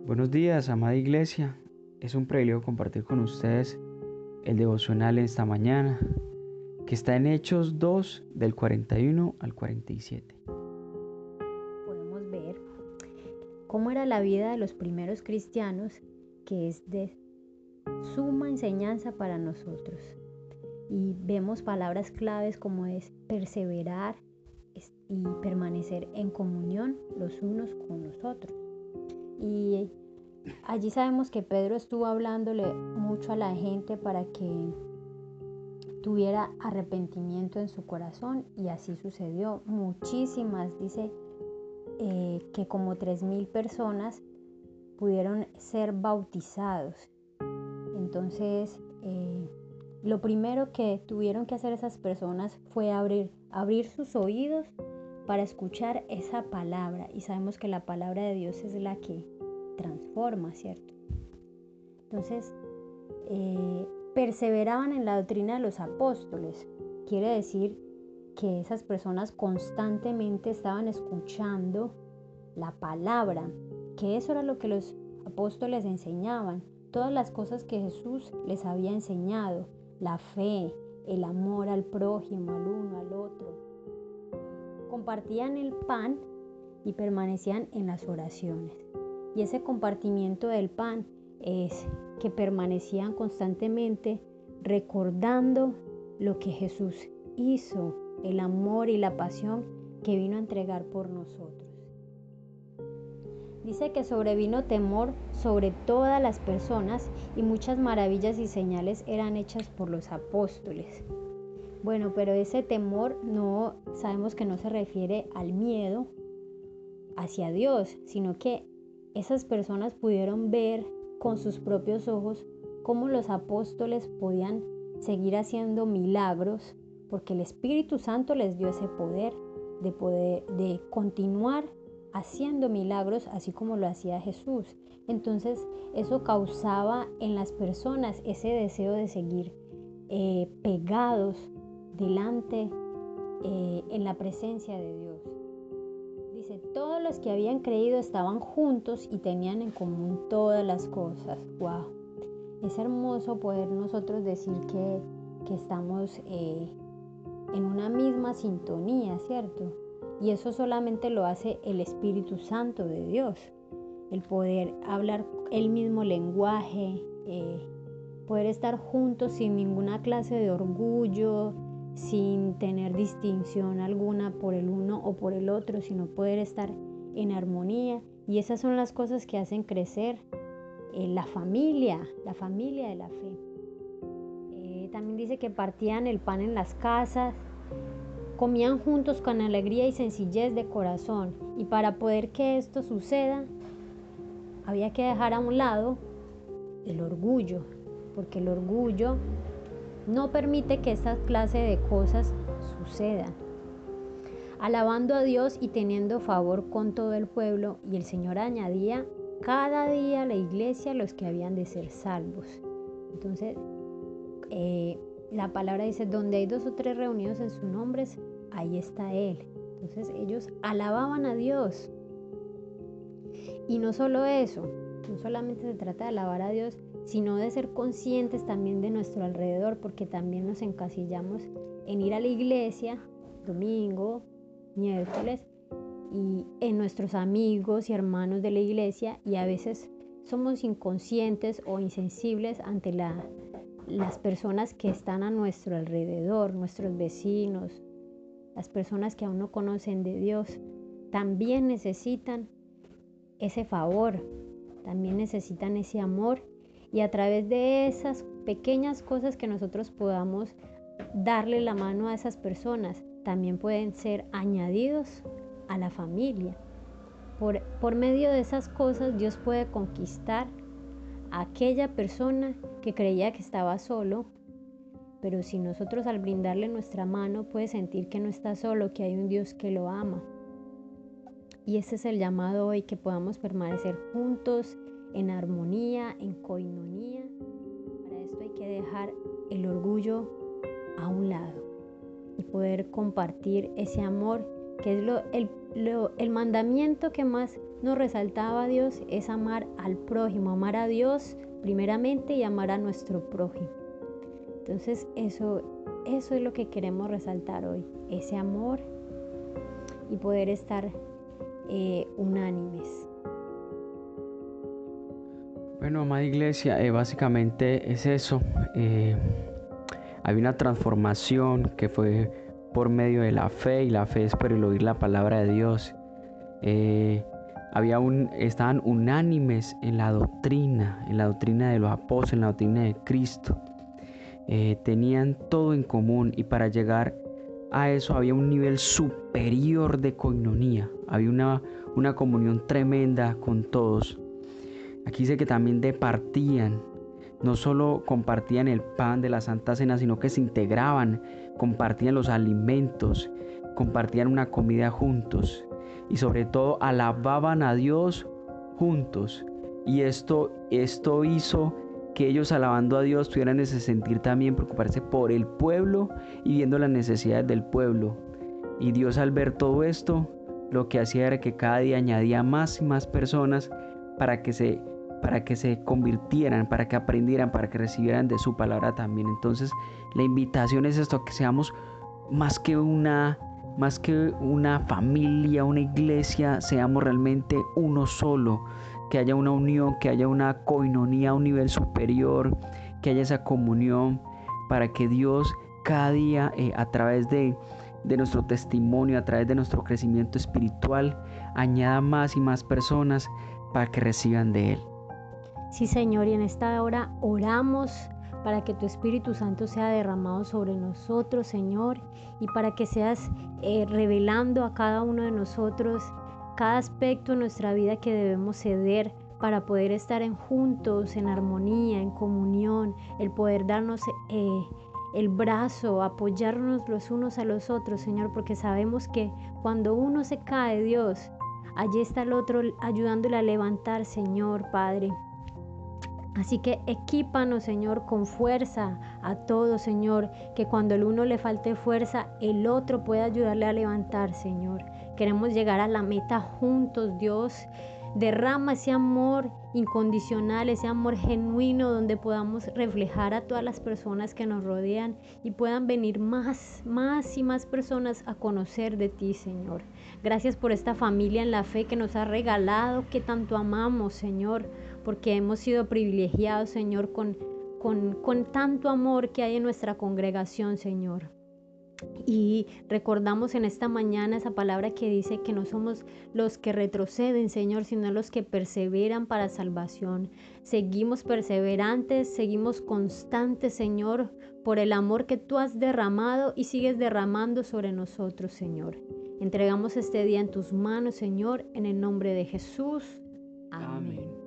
Buenos días, amada iglesia. Es un privilegio compartir con ustedes el devocional en esta mañana, que está en Hechos 2, del 41 al 47. Podemos ver cómo era la vida de los primeros cristianos, que es de suma enseñanza para nosotros. Y vemos palabras claves como es perseverar y permanecer en comunión los unos con los otros. Y allí sabemos que Pedro estuvo hablándole mucho a la gente para que tuviera arrepentimiento en su corazón, y así sucedió. Muchísimas, dice que como 3,000 personas pudieron ser bautizados. Entonces, lo primero que tuvieron que hacer esas personas fue abrir sus oídos para escuchar esa palabra. Y sabemos que la palabra de Dios es la que transforma, ¿cierto? Entonces, perseveraban en la doctrina de los apóstoles. Quiere decir que esas personas constantemente estaban escuchando la palabra, que eso era lo que los apóstoles enseñaban, todas las cosas que Jesús les había enseñado, la fe, el amor al prójimo, al uno, al otro. Compartían el pan y permanecían en las oraciones. Y ese compartimiento del pan es que permanecían constantemente recordando lo que Jesús hizo, el amor y la pasión que vino a entregar por nosotros. Dice que sobrevino temor sobre todas las personas y muchas maravillas y señales eran hechas por los apóstoles. Bueno, pero ese temor no sabemos que no se refiere al miedo hacia Dios, sino que esas personas pudieron ver con sus propios ojos cómo los apóstoles podían seguir haciendo milagros, porque el Espíritu Santo les dio ese poder de continuar haciendo milagros así como lo hacía Jesús. Entonces eso causaba en las personas ese deseo de seguir pegados delante en la presencia de Dios. Dice, todos los que habían creído estaban juntos y tenían en común todas las cosas. ¡Wow! Es hermoso poder nosotros decir que estamos en una misma sintonía, ¿cierto? Y eso solamente lo hace el Espíritu Santo de Dios. El poder hablar el mismo lenguaje, poder estar juntos sin ninguna clase de orgullo, sin tener distinción alguna por el uno o por el otro, sino poder estar en armonía. Y esas son las cosas que hacen crecer la familia de la fe. También dice que partían el pan en las casas, comían juntos con alegría y sencillez de corazón. Y para poder que esto suceda, había que dejar a un lado el orgullo, porque el orgullo no permite que esta clase de cosas sucedan. Alabando a Dios y teniendo favor con todo el pueblo, y el Señor añadía cada día a la iglesia los que habían de ser salvos. Entonces, la palabra dice, donde hay 2 o 3 reunidos en sus nombres, ahí está Él. Entonces ellos alababan a Dios. Y no solo eso, no solamente se trata de alabar a Dios, sino de ser conscientes también de nuestro alrededor, porque también nos encasillamos en ir a la iglesia domingo, miércoles, y en nuestros amigos y hermanos de la iglesia, y a veces somos inconscientes o insensibles ante las personas que están a nuestro alrededor, nuestros vecinos, las personas que aún no conocen de Dios. También necesitan ese favor, también necesitan ese amor, y a través de esas pequeñas cosas que nosotros podamos darle la mano a esas personas, también pueden ser añadidos a la familia. Por medio de esas cosas Dios puede conquistar a aquella persona que creía que estaba solo, pero si nosotros al brindarle nuestra mano puede sentir que no está solo, que hay un Dios que lo ama. Y ese es el llamado hoy, que podamos permanecer juntos en armonía, en coinonía. Para esto hay que dejar el orgullo a un lado y poder compartir ese amor, que es el mandamiento que más nos resaltaba, Dios, es amar al prójimo, amar a Dios primeramente y amar a nuestro prójimo. Entonces eso es lo que queremos resaltar hoy, ese amor y poder estar unánimes. Bueno, amada iglesia, básicamente es eso. Hay una transformación que fue por medio de la fe, y la fe es por el oír la palabra de Dios. Estaban unánimes en la doctrina de los apóstoles, en la doctrina de Cristo. Tenían todo en común, y para llegar a eso había un nivel superior de coinonía, había una comunión tremenda con todos. Aquí dice que también departían, no solo compartían el pan de la Santa Cena, sino que se integraban, compartían los alimentos, compartían una comida juntos, y sobre todo alababan a Dios juntos. Y esto hizo que ellos, alabando a Dios, tuvieran ese sentir también, preocuparse por el pueblo y viendo las necesidades del pueblo. Y Dios, al ver todo esto, lo que hacía era que cada día añadía más y más personas para que se convirtieran, para que aprendieran, para que recibieran de su palabra también. Entonces la invitación es esto, que seamos más que una familia, una iglesia, seamos realmente uno solo, que haya una unión, que haya una coinonía a un nivel superior, que haya esa comunión, para que Dios cada día, a través de nuestro testimonio, a través de nuestro crecimiento espiritual, añada más y más personas para que reciban de Él. Sí, Señor, y en esta hora oramos para que tu Espíritu Santo sea derramado sobre nosotros, Señor, y para que seas revelando a cada uno de nosotros cada aspecto de nuestra vida que debemos ceder para poder estar juntos, en armonía, en comunión, el poder darnos el brazo, apoyarnos los unos a los otros, Señor, porque sabemos que cuando uno se cae, Dios, allí está el otro ayudándole a levantar, Señor, Padre. Así que equípanos, Señor, con fuerza a todos, Señor, que cuando el uno le falte fuerza, el otro pueda ayudarle a levantar, Señor. Queremos llegar a la meta juntos, Dios. Derrama ese amor incondicional, ese amor genuino, donde podamos reflejar a todas las personas que nos rodean y puedan venir más y más personas a conocer de ti, Señor. Gracias por esta familia en la fe que nos has regalado, que tanto amamos, Señor, porque hemos sido privilegiados, Señor, con tanto amor que hay en nuestra congregación, Señor. Y recordamos en esta mañana esa palabra que dice que no somos los que retroceden, Señor, sino los que perseveran para salvación. Seguimos perseverantes, seguimos constantes, Señor, por el amor que tú has derramado y sigues derramando sobre nosotros, Señor. Entregamos este día en tus manos, Señor, en el nombre de Jesús. Amén.